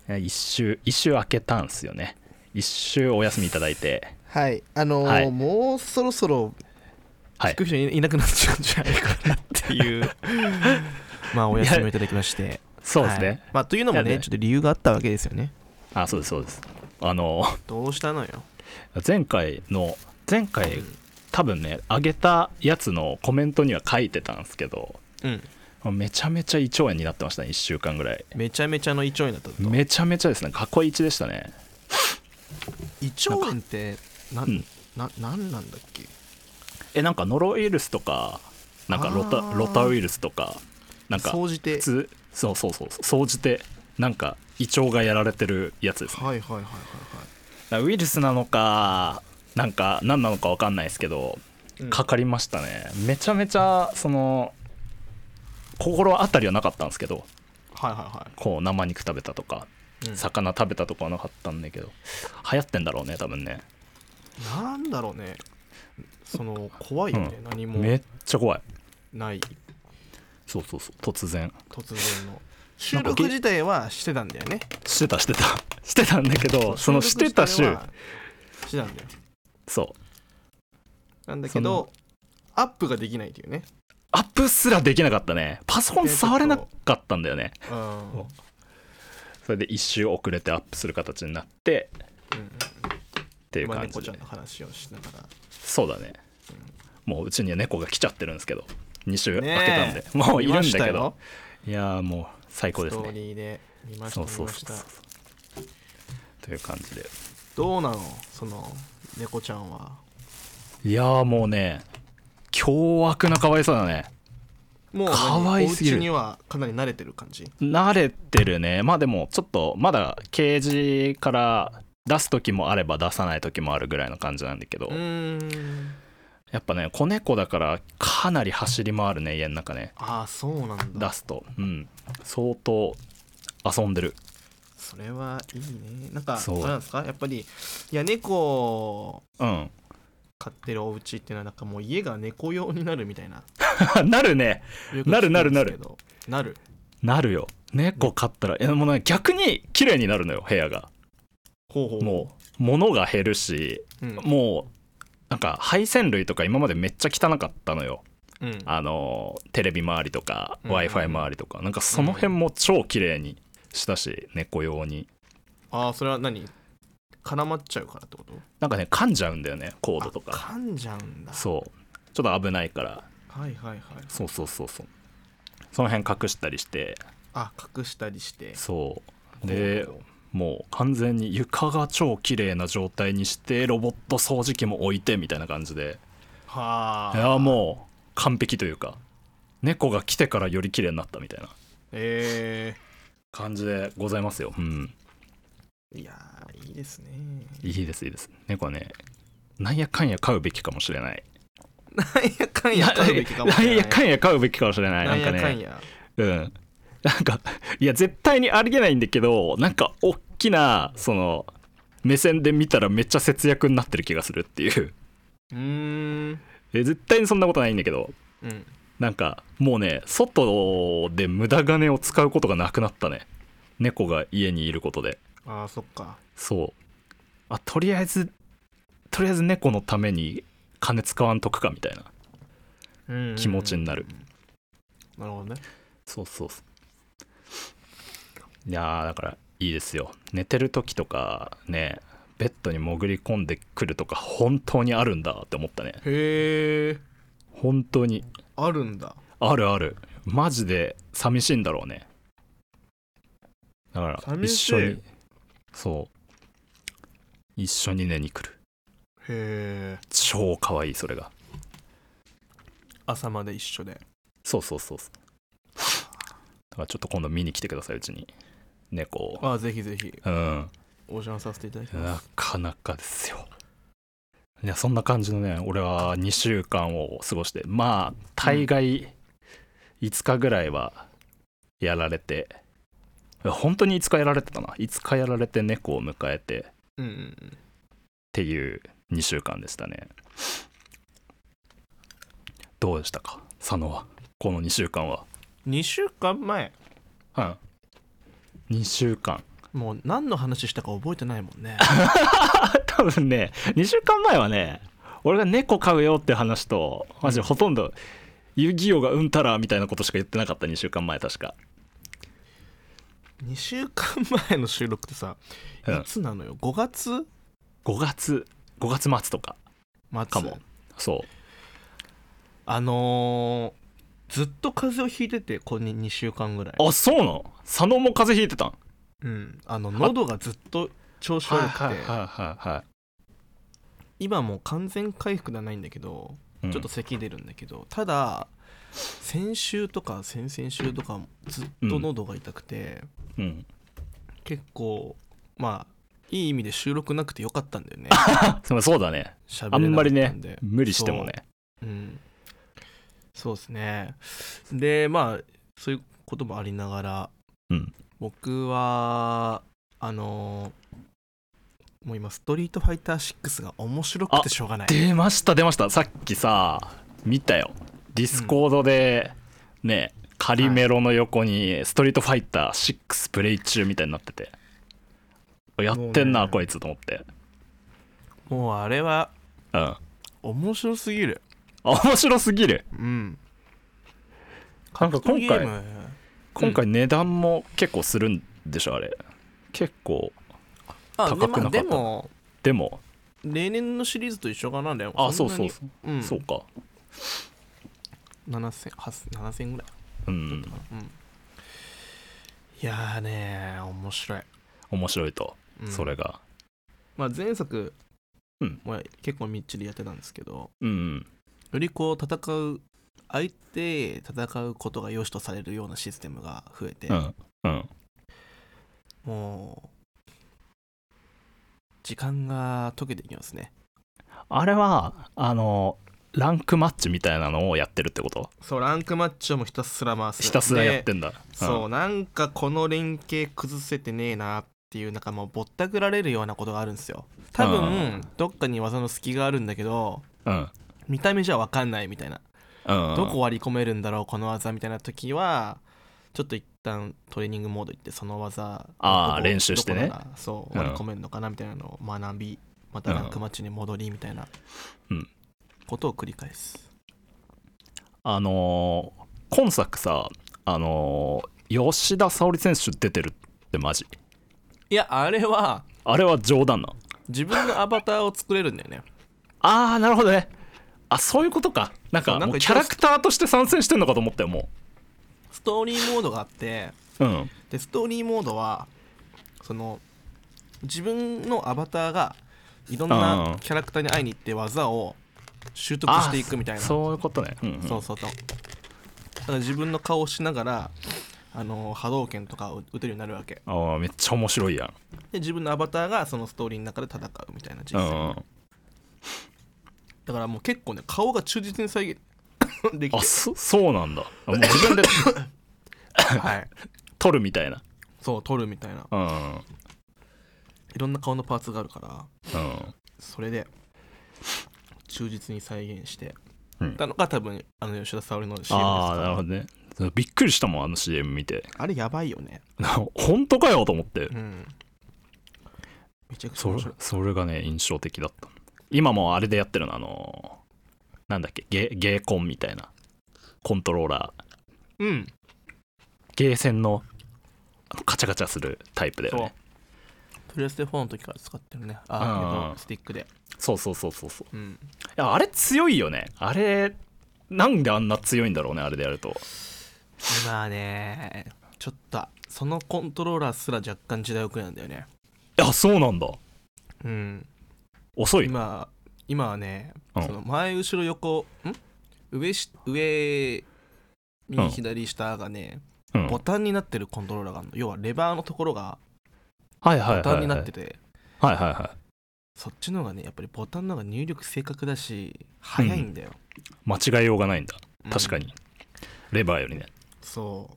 一周空けたんすよね。一周お休みいただいて、 はい、 はい、 もうそろそろはい、 聞く人いなくなっちゃうんじゃないかなっていうまあおいや休みをいただきまして、はい、 そうですね。 まあというのもね、 いやね、 ちょっと理由があったわけですよね。 そうですそうです。 どうしたのよ。 前回多分ね上げたやつのコメントには書いてたんですけど、 うん、 めちゃめちゃ胃腸炎になってましたね。1週間ぐらいめちゃめちゃの胃腸炎だったと。 めちゃめちゃですね。過去一でしたね。 胃腸炎ってうん、 なんなんだっけ。 なんかノロウイルスとかなんかロタウイルスとかなんか総じて、 普通そう総じてなんか胃腸がやられてるやつですね。 はいはいはいはいウイルスなのかなんか何なのか分かんないですけど、 はい、 かかりましたね。めちゃめちゃその心当たりはなかったんですけど、 はいはいはこう生肉食べたとかい、 魚食べたとかはなかったんだけど、流行ってんだろうね多分ね。 なんだろうね、その怖いよね、何もめっちゃ怖い。 ないそう突然突然の収録自体はしてたんだよね。 してたしてたんだけど、そのしてた週してたんだよ。 そうなんだけどアップができないというね。 アップすらできなかったね。パソコン触れなかったんだよね。 うん、 それで一周遅れてアップする形になってうん、 っていう感じで、 猫ちゃんの話をしながら。 そうだね、もううちには猫が来ちゃってるんですけど、2週ね空けたんで、もういるんだけ見まど、いやーもう最高ですストーね。 リーで見ました見ましたという感じで、 どうなのその猫ちゃんは。 いやーもうね凶悪な可愛さだね。 もう可愛すぎる。 お家にはかなり慣れてる感じ。 慣れてるね。まあでもちょっとまだケージから出す時もあれば出さない時もあるぐらいの感じなんだけど、やっぱね子猫だからかなり走り回るね家の中ね。 ああそうなんだ。 出すと相当遊んでる。 それはいいね。なんかそうあれなんですかやっぱり。いや猫うん飼ってるお家っていうのはなんかもう家が猫用になるみたいな。 なるね。なるなる。 なるよ。猫飼ったらもうね逆に綺麗になるのよ部屋が。 ほうほう。 もう物が減るし、もうなんか配線類とか今までめっちゃ汚かったのよ。テレビ周りとか Wi-Fi 周りとか、なんかその辺も超綺麗にしたし、猫用に。 ああそれは何絡まっちゃうからってこと。 なんかね噛んじゃうんだよねコードとか。 噛んじゃうんだ。 そうちょっと危ないから。 はいはいはい。 そうその辺隠したりして。 隠したりして。 そうでもう完全に床が超綺麗な状態にしてロボット掃除機も置いてみたいな感じで、 はあ。 いやもう完璧というか、猫が来てからより綺麗になったみたいな感じでございますよ。 いやいいですね。 いいです猫はねなんやかんや飼うべきかもしれない。 なんやかんや飼うべきかもしれない。 なんやかんや飼うべきかもしれない。なんかねなんかいや絶対にありえないんだけど、なんか大きなその目線で見たらめっちゃ節約になってる気がするっていう。絶対にそんなことないんだけど、なんかもうね外で無駄金を使うことがなくなったね、猫が家にいることで。 そっか。 そうとりあえず猫のために金使わんとくかみたいな気持ちになる。 なるほどね。 そういやだからいいですよ。寝てる時とかねベッドに潜り込んでくるとか本当にあるんだって思ったね。 へえ。 本当にあるんだ。 あるマジで寂しいんだろうね。だから一緒に一緒に寝に来る。 へえ。 超かわいい。それが朝まで一緒で。 そうだからちょっと今度見に来てくださいうちに猫を。 ぜひぜひお邪魔させていただきます。 なかなかですよ。いやそんな感じのね俺は2週間を過ごして、まあ大概5日ぐらいはやられて、本当に5日やられてたな。5日やられて猫を迎えてっていう2週間でしたね。どうでしたか佐野はこの2週間は。 2週間前 2週間もう何の話したか覚えてないもんね多分ね2週間前はね俺が猫飼うよって話とマジでほとんど遊戯王がうんたらみたいなことしか言ってなかった。2週間前確か 2週間前の収録ってさ、いつなのよ。5月 5月末とかかも。そうずっと風邪をひいててこの2週間ぐらい。 あ、そうなの。佐野も風邪ひいてたん。 うん、喉がずっと調子悪くて、今もう完全回復ではないんだけど、ちょっと咳出るんだけど、ただ先週とか先々週とかずっと喉が痛くて、結構まあいい意味で収録なくてよかったんだよねそうだね。あんまりね無理してもね。 そうですね。でまあそういうこともありながら、僕はもう今ストリートファイター6が面白くてしょうがない。 出ましたさっきさ見たよ。ディスコードでね、カリメロの横にストリートファイター6プレイ中みたいになってて、やってんなこいつと思って。 もうあれは面白すぎる。 面白すぎる。 なんか今回値段も結構するんでしょ。あれ結構高くなかった。でも例年のシリーズと一緒かなんだよ。 そうか 7000ぐらい。いやーね面白いと、それがまあ前作も結構みっちりやってたんですけど、よりこう相手戦うことが良しとされるようなシステムが増えて、もう時間が解けていきますね。 あれはランクマッチみたいなのをやってるってこと？ そう、ランクマッチをもひたすら回す。 ひたすらやってんだ。 そう、なんかこの連携崩せてねえなっていう、なんかもうぼったくられるようなことがあるんですよ。多分どっかに技の隙があるんだけど、見た目じゃ分かんないみたいな、どこ割り込めるんだろうこの技みたいな時はちょっと一旦トレーニングモード行って、その技練習してね、 そう割り込めるのかなみたいなのを学び、またランクマッチに戻りみたいなことを繰り返す。 今作さ、吉田沙保里選手出てるってマジ？ いや、あれは冗談な。 自分のアバターを作れるんだよね。 なるほどね。そういうことか。なんかもうキャラクターとして参戦してんのかと思ったよ。もうストーリーモードがあって、でストーリーモードはその自分のアバターがいろんなキャラクターに会いに行って技を習得していくみたいな。 そういうことね。 そうだから自分の顔をしながら波動拳とかを打てるようになるわけ。 めっちゃ面白いやん。 で自分のアバターがそのストーリーの中で戦うみたいな実際だからもう結構ね、顔が忠実に再現できて。 そうなんだ。もう自分で撮るみたいな。 そう、撮るみたいな、いろんな顔のパーツがあるから、それで忠実に再現してたのが多分吉田沙保里の CM ですから。 なるほどね。びっくりしたもん、CM 見て。 あれやばいよね本当かよと思って、 めちゃくちゃ面白い。 それがね印象的だった。今もあれでやってるの、なんだっけ、ゲーコンみたいなコントローラー、ゲーセンのカチャカチャするタイプだよね。 プレステ4の時から使ってるね、スティックで。 そう、いやあれ強いよね。あれなんであんな強いんだろうね、あれでやると。 まあね、ちょっとそのコントローラーすら若干時代遅れなんだよね。 いや、そうなんだ。遅い。 今はね、その前後ろ横上右左下がね、ボタンになってるコントローラーがあるの。要はレバーのところがボタンになってて、そっちの方がね、やっぱりボタンの方が入力正確だし早いんだよ。 間違いようがないんだ。確かに、レバーよりね。そう、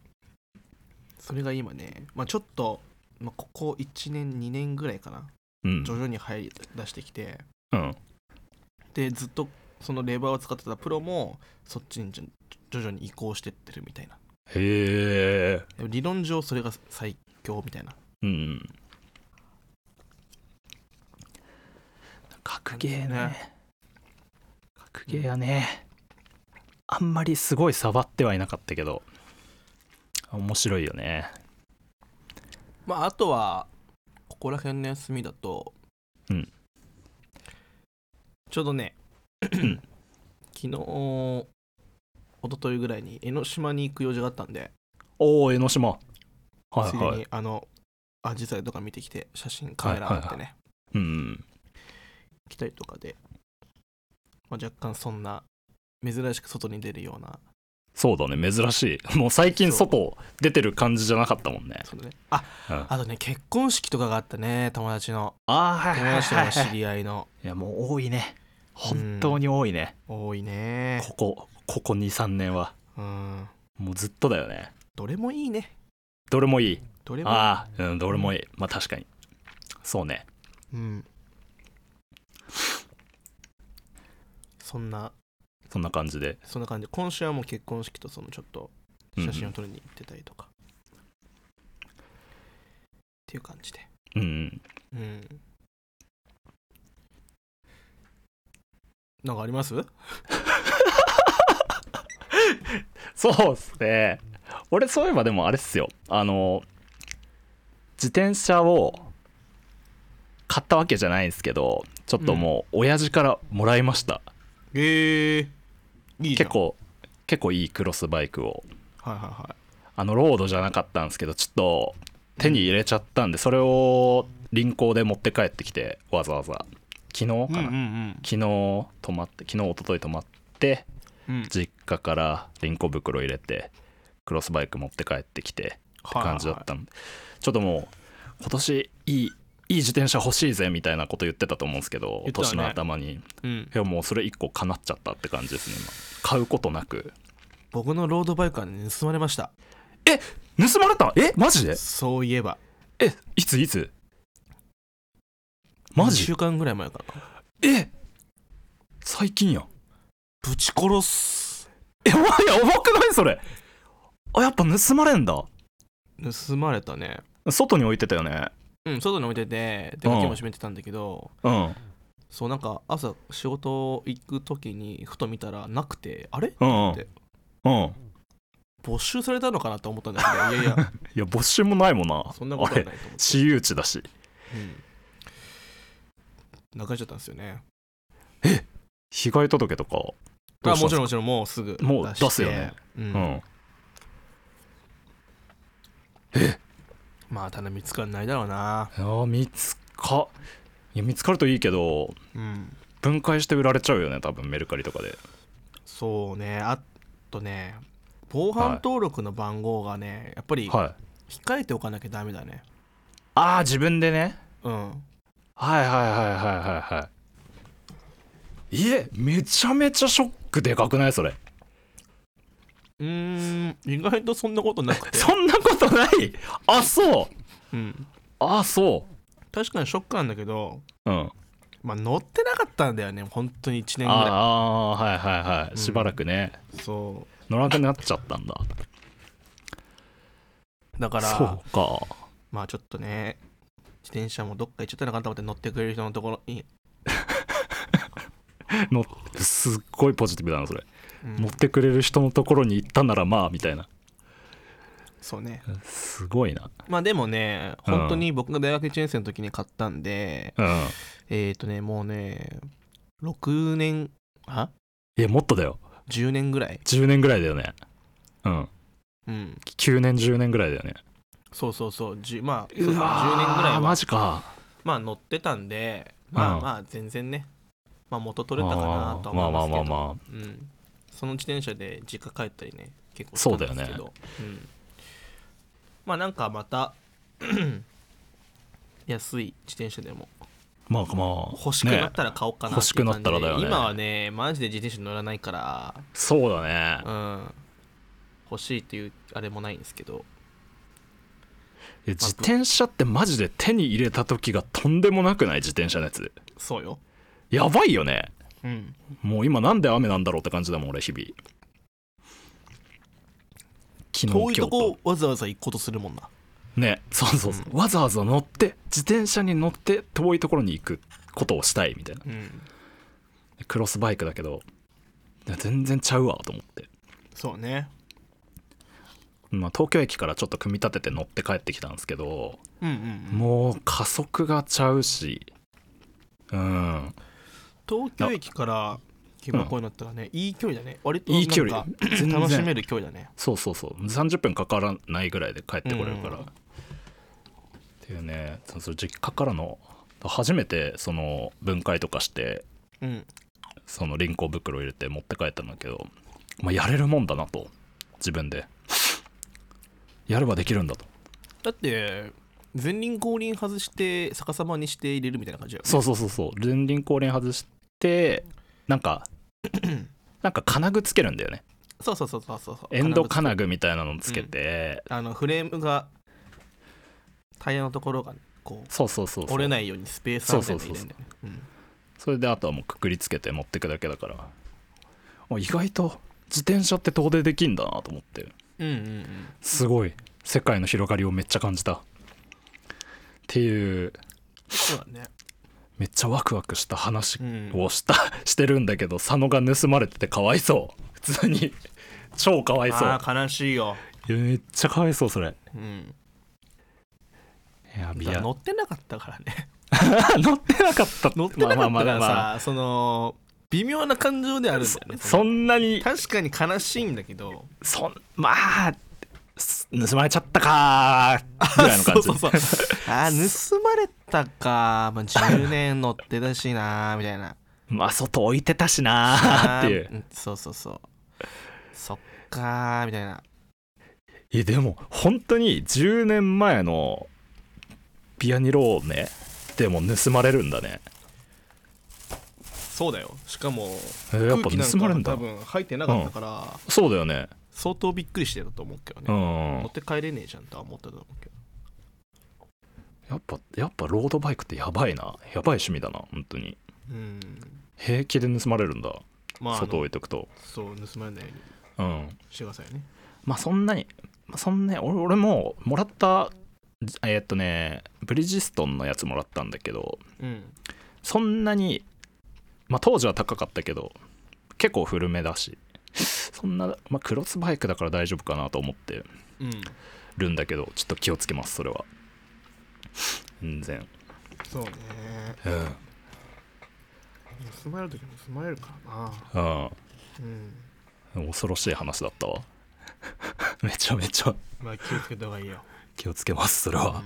それが今ね、ちょっと、ここ1年2年ぐらいかな、徐々に入り出してきて、でずっとそのレバーを使ってたプロもそっちに徐々に移行してってるみたいな。 へえ。 理論上それが最強みたいな格ゲーね。格ゲーやね。あんまりすごい触ってはいなかったけど面白いよね。 まああとはここら辺の休みだと、 うん、 ちょうどね昨日一昨日ぐらいに江ノ島に行く用事があったんで。 おお、江ノ島。はいはい。 ついでにアジサイとか見てきて、写真カメラ持ってね、はいはいはい、 うん、 来たりとかで、まあ、若干そんな珍しく外に出るような。 そうだね、珍しい。もう最近外出てる感じじゃなかったもんね。 そうだね。あとね、結婚式とかがあったね、友達の。 はいはいはいはい、 友達とか知り合いの。 いやもう多いね、本当に多いね、 多いね。 ここ 2,3 年は、もうずっとだよね。 どれもいいね。 どれもいい。 どれもいい。 ああ、うん、どれもいい。まあ確かにそうね。 うん。そんな感じで。 今週はもう結婚式とそのちょっと写真を撮りに行ってたりとか、っていう感じで。 うんうん。なんかあります？ そうっすね。俺そういえばでもあれっすよ、自転車を買ったわけじゃないんですけど、ちょっともう親父からもらいました。 いいじゃん。 結構いいクロスバイクを。 はいはいはい。 ロードじゃなかったんですけど、ちょっと手に入れちゃったんで、それを臨港で持って帰ってきて、わざわざ昨日かな、昨日一昨日泊まって、実家から臨港袋入れてクロスバイク持って帰ってきてって感じだったんで、ちょっともう今年いい自転車欲しいぜみたいなこと言ってたと思うんですけど、年の頭に、いやもうそれ1個叶っちゃったって感じですね。今買うことなく。 僕のロードバイクは、ね、盗まれました。 盗まれた？マジで？ そういえば。 いつマジ？ 2週間ぐらい前かな。 最近やん。 ぶち殺す。 やばくないそれ？やっぱ盗まれんだ。 盗まれたね。 外に置いてたよね。 外に置いてて出かけも閉めてたんだけど、そうなんか朝仕事行く時にふと見たらなくて、あれって、没収されたのかなと思ったんだけど、いや没収もないもんな。 そんなことはないと思って。 私有地だし。 なくなっちゃったんですよね。 被害届とかもちろんもうすぐもう出すよね。 まあただ見つかんないだろうな。 見つかるといいけど、分解して売られちゃうよね、多分メルカリとかで。 そうね。あとね、防犯登録の番号がね、やっぱり控えておかなきゃダメだね。 自分でね。めちゃめちゃショックでかくない？それ。 意外とそんなことなくて。 そんなことない？そう。そう確かにショックなんだけど、まあ乗ってなかったんだよね、本当に1年ぐらい。 しばらくね。 そう乗らなくなっちゃったんだ。 だからそうか。 まあちょっとね、自転車もどっか行っちゃったのかなと思って、乗ってくれる人のところにすっごいポジティブだなそれ。乗ってくれる人のところに行ったならまあみたいな。 そうね、 すごいな。 まあでもね、本当に僕が大学1年生の時に買ったんで、もうね6年もっとだよ。 10年ぐらいだよね。9年10年ぐらいだよね。 そうまあ 10年ぐらいはマジか。 まあ乗ってたんで、まあ全然ね、まあ元取れたかなとは思いますけど、その自転車で実家帰ったりね、結構したんですけど、まあなんかまた安い自転車でも欲しくなったら買おうかなっていう感じで、今はねマジで自転車乗らないから。 そうだね。 欲しいっていうあれもないんですけど、 自転車ってマジで手に入れた時がとんでもなくない？自転車のやつ。 そうよ。 やばいよね。もう今なんで雨なんだろうって感じだもん俺日々。 遠いとこわざわざ行くことするもんな。 ね、そう、わざわざ乗って自転車に乗って遠いところに行くっことをしたいみたいな、 うん、 クロスバイクだけど全然ちゃうわと思って。 そうね、 まあ、東京駅からちょっと組み立てて乗って帰ってきたんですけど、 うんうんうん、 もう加速がちゃうし、うん、 東京駅から木箱になったらね、いい距離だね、割といい距離なんか楽しめる距離だね。 そう30分かからないぐらいで帰ってこれるから、っていうね。その実家からの初めてその分解とかして、 うん、 その輪行袋入れて持って帰ったんだけど、まあ、やれるもんだなと、自分でやればできるんだと。 だって前輪後輪外して逆さまにして入れるみたいな感じだよね。 そう前輪後輪外してなんか金具つけるんだよね。 そうエンド金具みたいなのつけて、 フレームがタイヤのところがこう折れないようにスペースみたいなの入れるんだよね。 それであとはもうくくりつけて持ってくだけだから、意外と自転車って遠出できんだなと思って、すごい世界の広がりをめっちゃ感じたっていう。 そうだね、 めっちゃワクワクした話をしてるんだけど、佐野が盗まれててかわいそう。普通に超かわいそう。 悲しいよ。 めっちゃかわいそうそれ。いや乗ってなかったからね乗ってなかったからさ、その微妙な感情であるんだよね。 そんなに確かに悲しいんだけど、 まあ盗まれちゃったかぐらいの感じ盗まれたか、まあ、10年乗ってたしなみたいなまあ外置いてたしなっていう。 そっかみたいな。 でも本当に10年前のピアニローネでも盗まれるんだね。 そうだよ。しかもやっぱ盗まれるんだ。 多分入ってなかったから、 そうだよね。 相当びっくりしてたと思うけどね、持って帰れねえじゃんとは思ったと思うけど、やっぱロードバイクってやばい趣味だな本当に。平気で盗まれるんだ、外置いとくと。 そう盗まれないようにしてくださいね。 まあそんなに俺ももらったブリヂストンのやつもらったんだけど、そんなに当時は高かったけど結構古めだし、そんな、クロスバイクだから大丈夫かなと思ってるんだけど、ちょっと気をつけますそれは。全然そうね、盗まれるときも盗まれるからな。 恐ろしい話だったわめちゃめちゃ気をつけた方がいいよ。 気をつけますそれは、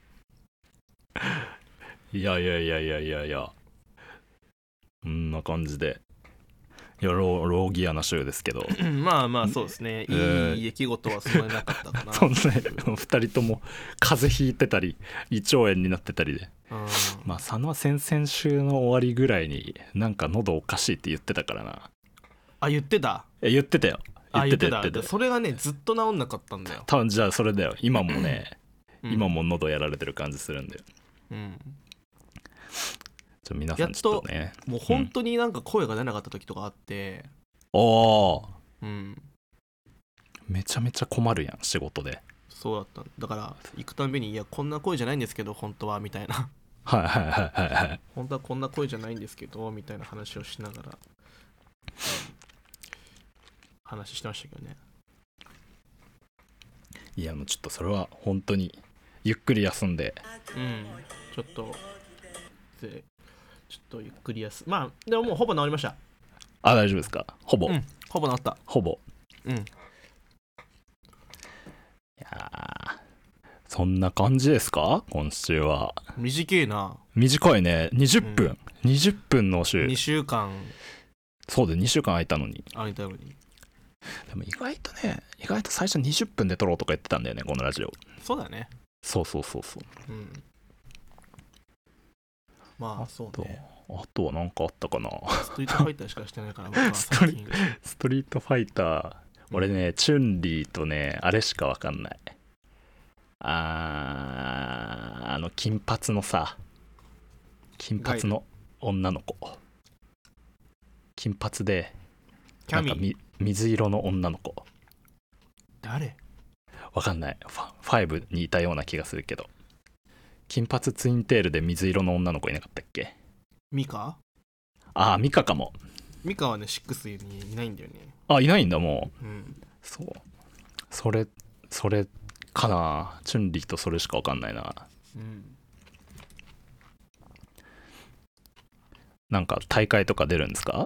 いやこんな感じで、ローギアな週ですけどまあそうですね、いい出来事はそんなになかったかなそんな2人とも風邪ひいてたり胃腸炎になってたりで、佐野は先々週の終わりぐらいになんか喉おかしいって言ってたからな。 言ってたよ。 言ってた。 それがねずっと治んなかったんだよ。 多分じゃあそれだよ。今もね今も喉やられてる感じするんだよ。皆さんちょっとね、 やっともう本当になんか声が出なかった時とかあって、 めちゃめちゃ困るやん仕事で。 そうだった。だから行くたんびに、いやこんな声じゃないんですけど本当はみたいな本当はこんな声じゃないんですけどみたいな話をしながら、話してましたけどね。 いやもうちょっとそれは本当にゆっくり休んで、 ちょっとゆっくり休む。でももうほぼ治りました。 大丈夫ですか。ほぼ治った。いやそんな感じですか今週は。 短いな。 短いね。20分、20分の週。 2週間。 そうで2週間空いたのに。 でも意外と最初20分で撮ろうとか言ってたんだよねこのラジオ。 そうだね。 そう、 そうね。 あとは何かあったかな。 ストリートファイターしかしてないから僕はストリートファイター、俺ねチュンリーとねあれしか分かんない。金髪の女の子、金髪でなんか水色の女の子。 誰？ わかんない。5にいたような気がするけど、金髪ツインテールで水色の女の子いなかったっけ？ ミカ？ ああミカかも。 ミカはね6にいないんだよね。 あいないんだもう。うん。 そうそれかな。チュンリーとそれしか分かんないな。 うん。 なんか大会とか出るんですか？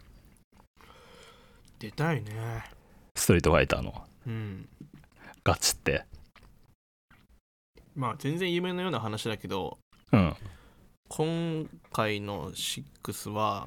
出たいね。 ストリートファイターの。 うん。 ガチって。 まあ全然夢のような話だけど、 うん。 今回の6は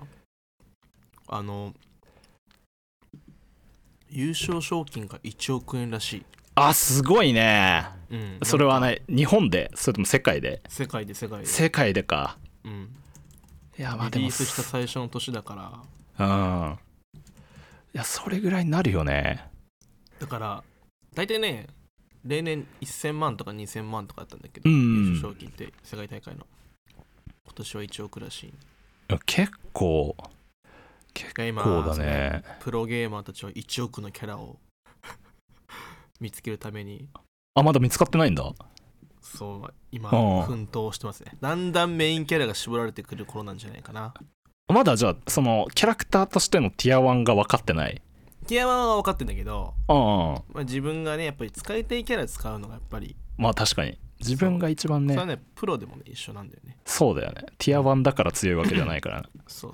優勝賞金が1億円らしい。 あすごいね。 うん。 それはね日本でそれとも世界で？ 世界で。 世界でか。 うん。 いやまあでもリリースした最初の年だから。うん。いやそれぐらいになるよね。 だから大体ね例年1000万とか2000万とかだったんだけど、 うん優勝賞金って世界大会の。今年は1億らしい。 結構だね。 プロゲーマーたちは1億のキャラを見つけるために。 あまだ見つかってないんだ。 そう今奮闘してますね。だんだんメインキャラが絞られてくる頃なんじゃないかな。 まだじゃあそのキャラクターとしてのティア1が分かってない？ ティア1は分かってんだけど、 まあ、自分がねやっぱり使いたいキャラ使うのがやっぱりまあ確かに自分が一番ね。 それはねプロでもね一緒なんだよね。 そうだよね。ティア1だから強いわけじゃないからそう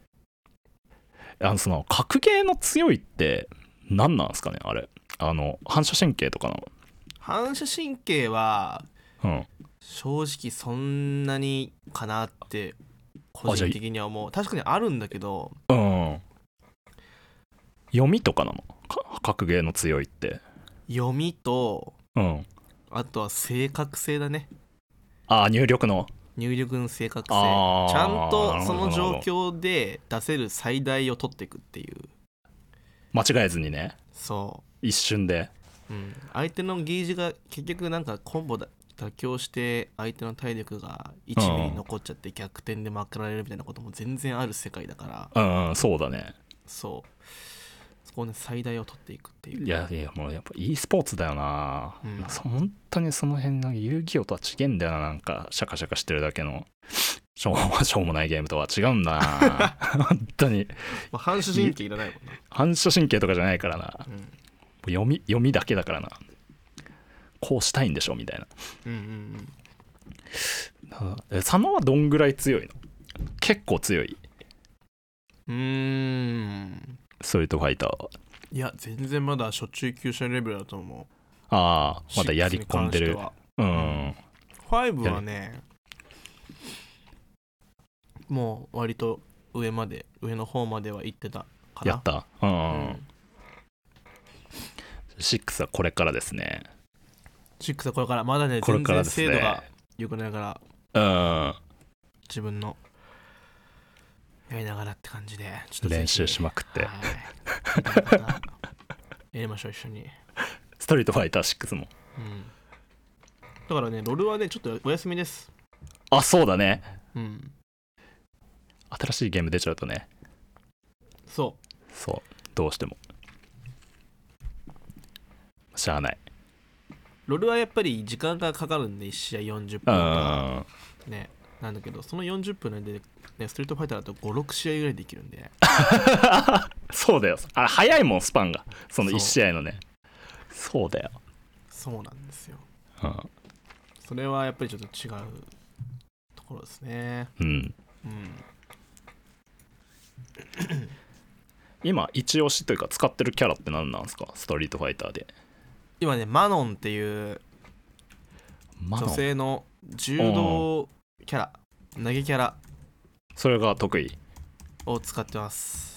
その格ゲーの強いって何なんですかねあれ。反射神経とかの。 反射神経は、 うん、 正直そんなにかなって個人的には思う。確かにあるんだけど、 うん、読みとかなの格ゲーの強いって。 読みと、 うん、 あとは正確性だね。 入力の正確性。ちゃんとその状況で出せる最大を取っていくっていう。 間違えずにね。 そう一瞬で、 うん、相手のゲージが結局なんかコンボ妥協して相手の体力が1ミリ残っちゃって逆転で負けられるみたいなことも全然ある世界だから。 うん、そうだね。 そこをね最大を取っていくっていう。 いやもうやっぱ e スポーツだよな、うん、本当にその辺の遊戯王とは違うんだよな。なんかシャカシャカしてるだけのしょうもないゲームとは違うんだな本当に、 まあ、反射神経いらないもんな。 反射神経とかじゃないからな、うん、読みだけだからな。こうしたいんでしょみたいな。佐野はどんぐらい強いの？結構強い？ストリートファイターは。 いや全然まだ初中級者レベルだと思う。 まだやり込んでる。5 はねもう割と上の方までは行ってたかな。 やった。6はこれからですね。 6はこれから。まだね全然精度が良くないから、自分のやりながらって感じでちょっと練習しまくって、やりましょう一緒に。 ストリートファイター6も、 だからねロルはねちょっとお休みです。 そうだね。新しいゲーム出ちゃうとね。そうどうしてもしゃあない。 ロルはやっぱり時間がかかるんで1試合40分とかねなんだけど、その40分なんで、ね、ストリートファイターだと 5,6 試合ぐらいできるんでそうだよ。早いもんスパンがその1試合のね。そうだよ。 そうなんですよ、それはやっぱりちょっと違うところですね。 今一押しというか使ってるキャラって何なんですか？ストリートファイターで今ねマノンっていう女性の柔道キャラ、投げキャラ、 それが得意を使ってます。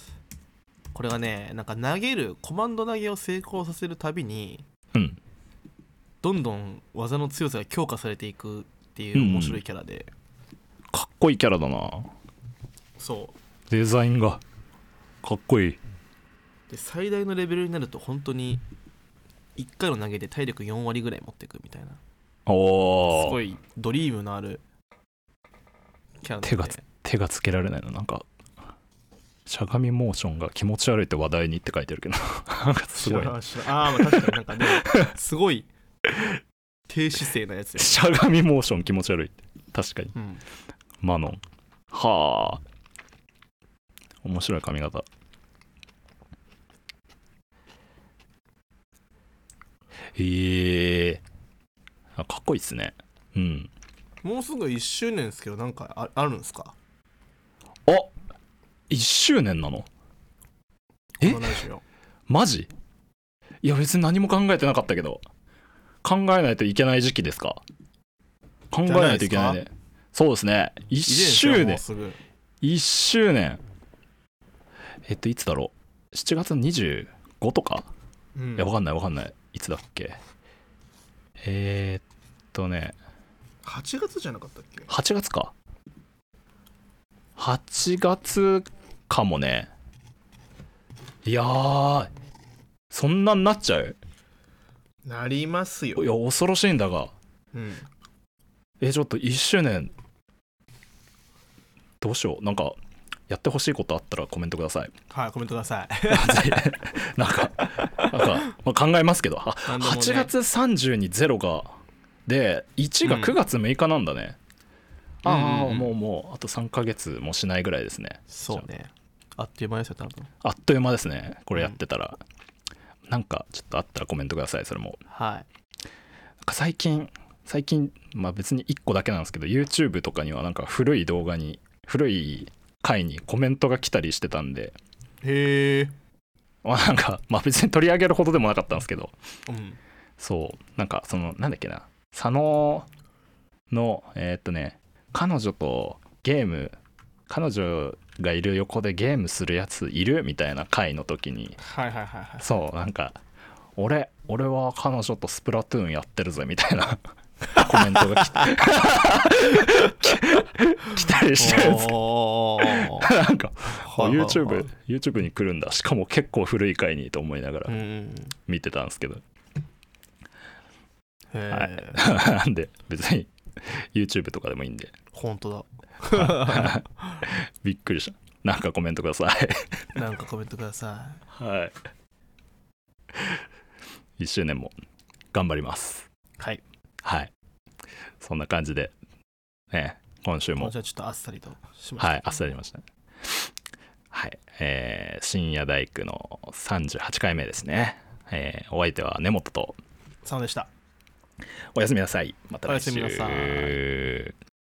これがねなんか投げるコマンド投げを成功させるたびに、どんどん技の強さが強化されていくっていう面白いキャラで、 かっこいいキャラだな。 そうデザインがかっこいい。 で最大のレベルになると本当に1回の投げで体力4割ぐらい持っていくみたいな、すごいドリームのあるキャラで、 手がつけられないの。なんかしゃがみモーションが気持ち悪いって話題にって書いてるけどなんかすごいまあ確かになんかねすごい低姿勢なやつや、 しゃがみモーション気持ち悪いって確かに、マノンはあ、面白い髪型。かっこいいっすね。うん。 もうすぐ1周年ですけど、なんかあるんですか？ あ、1周年なの？マジ？いや別に何も考えてなかったけど、考えないといけない時期ですか？考えないといけないね。そうですね。1周年。1周年。いつだろう。7月25とか、うん、いやわかんない。いつだっけ。8 月じゃなかったっけ。 8月か。8月かもね。いやー、そんなんなっちゃう？ なりますよ。 いや恐ろしいんだが、うん、ちょっと1周年どうしよう。なんかやってほしいことあったらコメントください。 はい、コメントください。 なんか、まあ、考えますけど、8月30に0がで1が9月6日なんだね。うん、もうあと3ヶ月もしないぐらいですね。 そうね、あっという間ですよ。多分あっという間ですね、これやってたら。なんかちょっとあったらコメントください。それも。 はい。 なんか最近まあ別に1個だけなんですけど、 YouTube とかにはなんか古い回にコメントが来たりしてたんで、 へえ。 なんかまあ別に取り上げるほどでもなかったんですけど、 うん、 そうなんかそのなんだっけな、佐野の彼女がいる横でゲームするやついるみたいな回の時に、そうなんか俺は彼女とスプラトゥーンやってるぜみたいなコメントが来たりしてるんですなんかYouTube に来るんだ、しかも結構古い回にと思いながら見てたんですけど、はい、なんで別に YouTube とかでもいいんで。 本当だびっくりした。なんかコメントください。なんかコメントください。はい。1周年も頑張ります。 はいはい。そんな感じでね、今週もじゃあちょっとあっさりとしました、はい、あっさりしましたね。はい、深夜大工の38回目ですね。お相手は根本と佐野でした。 おやすみなさい。また来週。 おやすみなさい。